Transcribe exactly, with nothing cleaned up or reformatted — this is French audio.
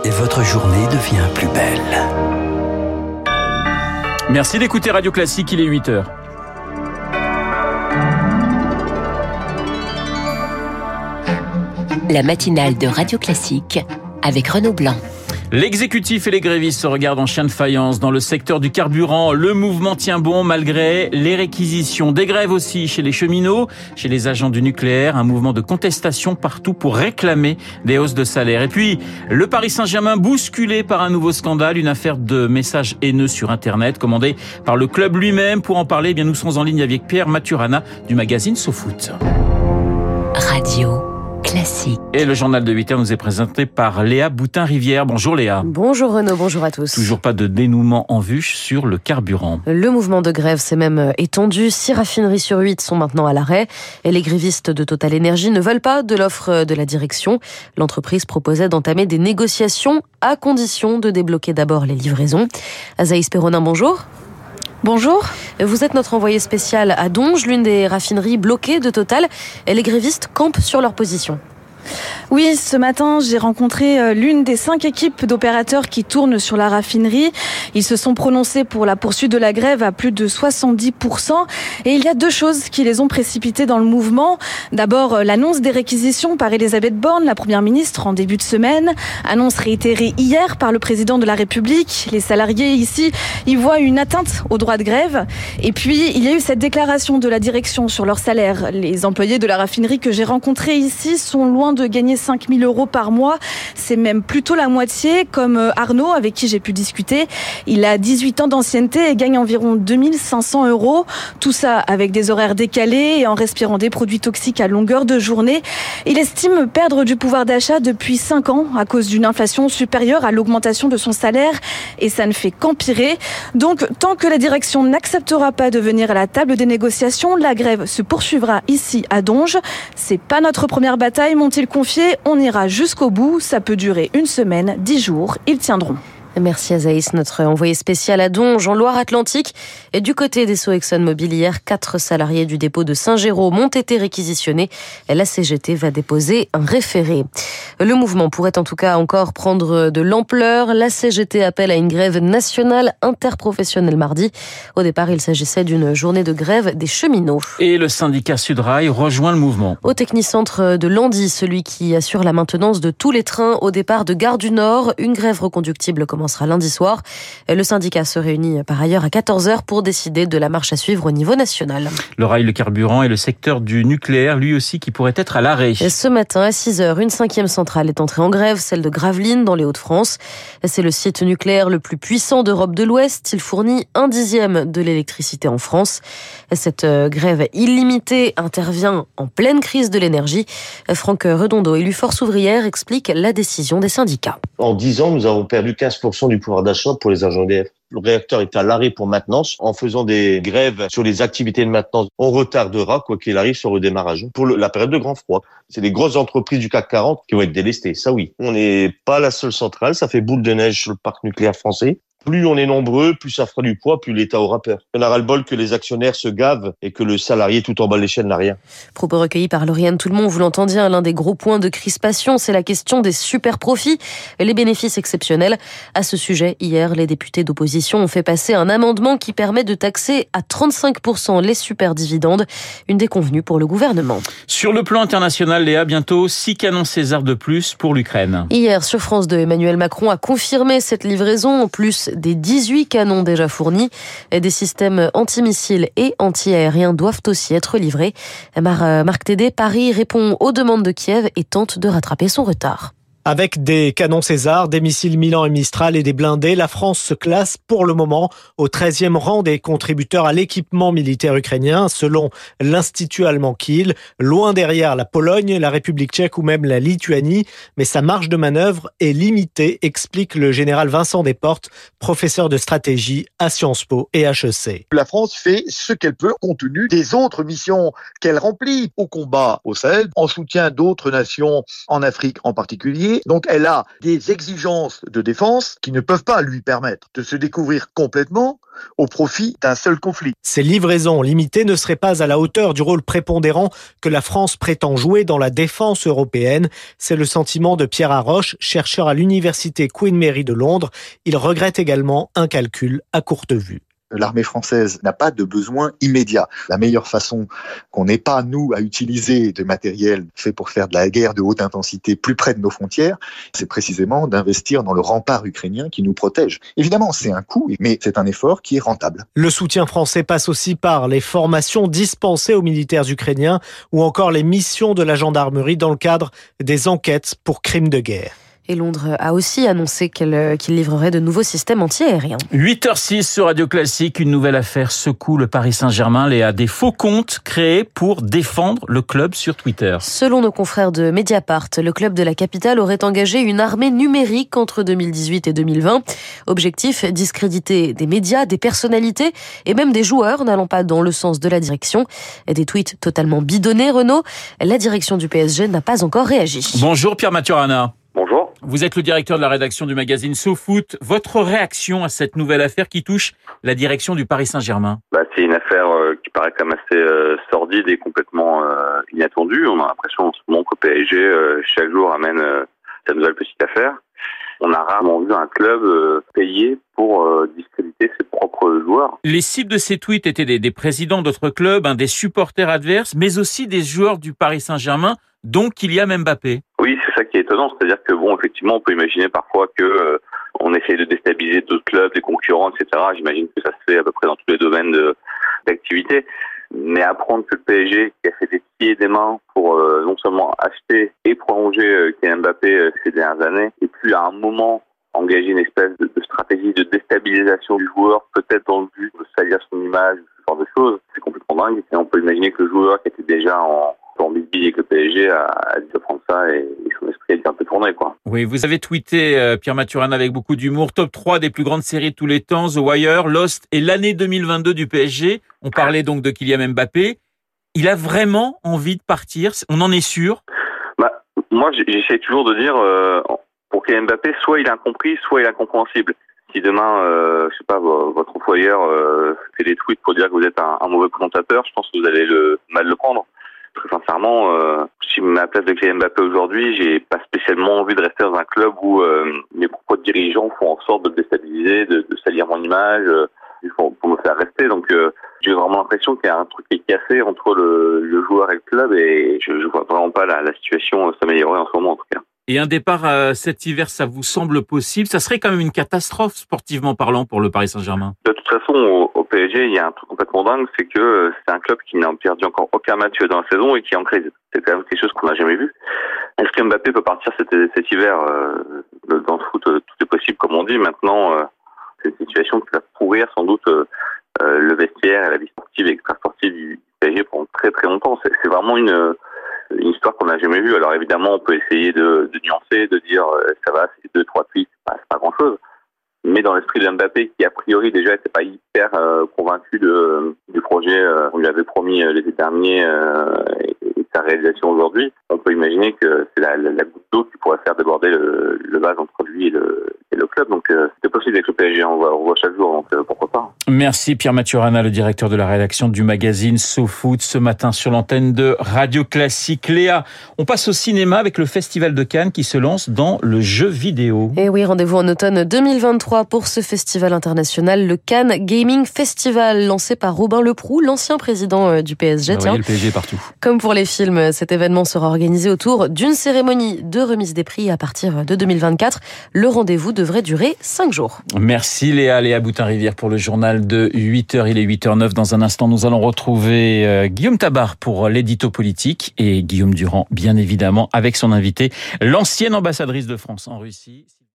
et votre journée devient plus belle. Merci d'écouter Radio Classique, il est huit heures. La matinale de Radio Classique avec Renaud Blanc. L'exécutif et les grévistes se regardent en chien de faïence dans le secteur du carburant. Le mouvement tient bon malgré les réquisitions. Des grèves aussi chez les cheminots, chez les agents du nucléaire. Un mouvement de contestation partout pour réclamer des hausses de salaire. Et puis, le Paris Saint-Germain bousculé par un nouveau scandale, une affaire de messages haineux sur Internet commandée par le club lui-même. Pour en parler, eh bien, nous sommes en ligne avec Pierre Maturana du magazine SoFoot. Radio Classique. Et le journal de huit heures nous est présenté par Léa Boutin-Rivière. Bonjour Léa. Bonjour Renaud, bonjour à tous. Toujours pas de dénouement en vue sur le carburant. Le mouvement de grève s'est même étendu. Six raffineries sur huit sont maintenant à l'arrêt. Et les grévistes de Total Energy ne veulent pas de l'offre de la direction. L'entreprise proposait d'entamer des négociations à condition de débloquer d'abord les livraisons. Azaïs Perronin, bonjour. Bonjour. Vous êtes notre envoyé spécial à Donges, l'une des raffineries bloquées de Total. Et les grévistes campent sur leur position. Oui, ce matin, j'ai rencontré l'une des cinq équipes d'opérateurs qui tournent sur la raffinerie. Ils se sont prononcés pour la poursuite de la grève à plus de soixante-dix pour cent. Et il y a deux choses qui les ont précipités dans le mouvement. D'abord, l'annonce des réquisitions par Elisabeth Borne, la première ministre, en début de semaine. Annonce réitérée hier par le président de la République. Les salariés ici y voient une atteinte au droit de grève. Et puis, il y a eu cette déclaration de la direction sur leur salaire. Les employés de la raffinerie que j'ai rencontrés ici sont loin de gagner cinq mille euros par mois. C'est même plutôt la moitié, comme Arnaud, avec qui j'ai pu discuter. Il a dix-huit ans d'ancienneté et gagne environ deux mille cinq cents euros. Tout ça avec des horaires décalés et en respirant des produits toxiques à longueur de journée. Il estime perdre du pouvoir d'achat depuis cinq ans à cause d'une inflation supérieure à l'augmentation de son salaire. Et ça ne fait qu'empirer. Donc, tant que la direction n'acceptera pas de venir à la table des négociations, la grève se poursuivra ici à Donges. C'est pas notre première bataille, m'ont-ils confié. On ira jusqu'au bout. Ça peut durer une semaine, dix jours. Ils tiendront. Merci Azaïs, notre envoyé spécial à Donges, en Loire-Atlantique. Et du côté des Sceaux ExxonMobil, hier, quatre salariés du dépôt de Saint-Jérôme ont été réquisitionnés. Et la C G T va déposer un référé. Le mouvement pourrait en tout cas encore prendre de l'ampleur. La C G T appelle à une grève nationale interprofessionnelle mardi. Au départ, il s'agissait d'une journée de grève des cheminots. Et le syndicat Sudrail rejoint le mouvement. Au technicentre de Landy, celui qui assure la maintenance de tous les trains au départ de Gare du Nord, une grève reconductible commence sera lundi soir. Le syndicat se réunit par ailleurs à quatorze heures pour décider de la marche à suivre au niveau national. Le rail, le carburant et le secteur du nucléaire, lui aussi, qui pourrait être à l'arrêt. Ce matin, à six heures, une cinquième centrale est entrée en grève, celle de Gravelines, dans les Hauts-de-France. C'est le site nucléaire le plus puissant d'Europe de l'Ouest. Il fournit un dixième de l'électricité en France. Cette grève illimitée intervient en pleine crise de l'énergie. Franck Redondo, élu Force ouvrière, explique la décision des syndicats. En dix ans, nous avons perdu quinze pour cent du pouvoir d'achat pour les agents E D F. Le réacteur est à l'arrêt pour maintenance. En faisant des grèves sur les activités de maintenance, on retardera, quoi qu'il arrive, sur le démarrage. Pour le, la période de grand froid, c'est les grosses entreprises du C A C quarante qui vont être délestées, ça oui. On n'est pas la seule centrale, ça fait boule de neige sur le parc nucléaire français. Plus on est nombreux, plus ça fera du poids, plus l'État aura peur. On a ras-le-bol que les actionnaires se gavent et que le salarié tout en bas de l'échelle n'a rien. Propos recueillis par Lauriane Tout-le-Monde, vous l'entendiez, l'un des gros points de crispation, c'est la question des super profits et les bénéfices exceptionnels. À ce sujet, hier, les députés d'opposition ont fait passer un amendement qui permet de taxer à trente-cinq pour cent les super dividendes, une déconvenue pour le gouvernement. Sur le plan international, Léa, bientôt six canons César de plus pour l'Ukraine. Hier, sur France deux, Emmanuel Macron a confirmé cette livraison, en plus des dix-huit canons déjà fournis. Des systèmes antimissiles et anti-aériens doivent aussi être livrés. Marc Tédé, Paris répond aux demandes de Kiev et tente de rattraper son retard. Avec des canons César, des missiles Milan et Mistral et des blindés, la France se classe pour le moment au treizième rang des contributeurs à l'équipement militaire ukrainien, selon l'Institut allemand Kiel, loin derrière la Pologne, la République tchèque ou même la Lituanie. Mais sa marge de manœuvre est limitée, explique le général Vincent Desportes, professeur de stratégie à Sciences Po et H E C. La France fait ce qu'elle peut compte tenu des autres missions qu'elle remplit au combat au Sahel, en soutien d'autres nations en Afrique en particulier, Et donc, elle a des exigences de défense qui ne peuvent pas lui permettre de se découvrir complètement au profit d'un seul conflit. Ces livraisons limitées ne seraient pas à la hauteur du rôle prépondérant que la France prétend jouer dans la défense européenne. C'est le sentiment de Pierre Haroche, chercheur à l'université Queen Mary de Londres. Il regrette également un calcul à courte vue. L'armée française n'a pas de besoin immédiat. La meilleure façon qu'on n'ait pas, nous, à utiliser de matériel fait pour faire de la guerre de haute intensité plus près de nos frontières, c'est précisément d'investir dans le rempart ukrainien qui nous protège. Évidemment, c'est un coût, mais c'est un effort qui est rentable. Le soutien français passe aussi par les formations dispensées aux militaires ukrainiens ou encore les missions de la gendarmerie dans le cadre des enquêtes pour crimes de guerre. Et Londres a aussi annoncé qu'elle, qu'il livrerait de nouveaux systèmes anti-aériens. huit heures six sur Radio Classique, une nouvelle affaire secoue le Paris Saint-Germain. Léa, des faux comptes créés pour défendre le club sur Twitter. Selon nos confrères de Mediapart, le club de la capitale aurait engagé une armée numérique entre deux mille dix-huit et deux mille vingt. Objectif, discréditer des médias, des personnalités et même des joueurs n'allant pas dans le sens de la direction. Des tweets totalement bidonnés, Renaud. La direction du P S G n'a pas encore réagi. Bonjour Pierre Maturana. Bonjour. Vous êtes le directeur de la rédaction du magazine SoFoot. Votre réaction à cette nouvelle affaire qui touche la direction du Paris Saint-Germain? Bah, c'est une affaire euh, qui paraît quand même assez euh, sordide et complètement euh, inattendue. On a l'impression en ce moment qu'au P S G, euh, chaque jour amène euh, sa nouvelle petite affaire. On a rarement vu un club euh, payer pour euh, discréditer ses propres joueurs. Les cibles de ces tweets étaient des, des présidents d'autres clubs, hein, des supporters adverses, mais aussi des joueurs du Paris Saint-Germain, dont Kylian Mbappé. Oui, c'est ça qui est étonnant, c'est-à-dire que bon, effectivement, on peut imaginer parfois que euh, on essaie de déstabiliser d'autres clubs, des concurrents, et cetera. J'imagine que ça se fait à peu près dans tous les domaines de, d'activité. Mais apprendre que le P S G, qui a fait des pieds et des mains pour euh, non seulement acheter et prolonger euh, Kylian Mbappé euh, ces dernières années, et puis à un moment engager une espèce de, de stratégie de déstabilisation du joueur, peut-être dans le but de salir son image, ce genre de choses, c'est complètement dingue. Et on peut imaginer que le joueur qui était déjà en en bisbille avec le P S G a, a dû prendre ça et, et son esprit a été un peu tourné, quoi. Oui, vous avez tweeté, euh, Pierre Maturana, avec beaucoup d'humour, top trois des plus grandes séries de tous les temps, The Wire, Lost et l'année deux mille vingt-deux du P S G. On parlait donc de Kylian Mbappé. Il a vraiment envie de partir, on en est sûr? Bah, moi, j'essaie toujours de dire, euh, pour Kylian Mbappé, soit il est incompris, soit il est incompréhensible. Si demain, euh, je sais pas, votre employeur euh, fait des tweets pour dire que vous êtes un, un mauvais présentateur, je pense que vous allez le mal le prendre. Très sincèrement, euh, si je me mets à la place de Kylian Mbappé aujourd'hui, j'ai pas spécialement envie de rester dans un club où euh, mes propres dirigeants font en sorte de me déstabiliser, de, de salir mon image, euh, pour, pour me faire rester. Donc euh, j'ai vraiment l'impression qu'il y a un truc qui est cassé entre le, le joueur et le club et je, je vois vraiment pas la, la situation s'améliorer en ce moment en tout cas. Et un départ euh, cet hiver, ça vous semble possible? Ça serait quand même une catastrophe sportivement parlant pour le Paris Saint-Germain. De toute façon, au, au P S G, il y a un truc complètement dingue, c'est que euh, c'est un club qui n'a perdu encore aucun match dans la saison et qui est en crise. C'est quand même quelque chose qu'on n'a jamais vu. Est-ce que Mbappé peut partir cet, cet hiver euh, dans le foot? Tout est possible, comme on dit. Maintenant, euh, c'est une situation qui va pourrir sans doute euh, euh, le vestiaire et la vie sportive et extra-sportive du P S G pendant très très longtemps. C'est, c'est vraiment une... une histoire qu'on n'a jamais vue. Alors évidemment, on peut essayer de, de nuancer, de dire euh, ça va, c'est deux, trois tweets, bah, c'est pas grand-chose. Mais dans l'esprit de Mbappé, qui a priori déjà n'était pas hyper euh, convaincu de, du projet euh, qu'on lui avait promis euh, l'été dernier euh, et, et sa réalisation aujourd'hui, on peut imaginer que c'est la, la, la goutte d'eau qui pourrait faire déborder le, le vase entre lui et le, et le club. Donc euh, c'est possible avec le P S G, on voit, on voit chaque jour, donc euh, pourquoi pas. Merci Pierre Maturana, le directeur de la rédaction du magazine SoFoot, ce matin sur l'antenne de Radio Classique. Léa, on passe au cinéma avec le Festival de Cannes qui se lance dans le jeu vidéo. Et oui, rendez-vous en automne deux mille vingt-trois pour ce festival international, le Cannes Gaming Festival, lancé par Robin Leproux, l'ancien président du P S G. Vous voyez le P S G partout. Comme pour les films, cet événement sera organisé autour d'une cérémonie de remise des prix à partir de deux mille vingt-quatre. Le rendez-vous devrait durer cinq jours. Merci Léa, Léa Boutin-Rivière pour le journal de huit heures. Il est huit heures neuf. Dans un instant, nous allons retrouver euh, Guillaume Tabar pour l'édito politique et Guillaume Durand, bien évidemment, avec son invité, l'ancienne ambassadrice de France en Russie.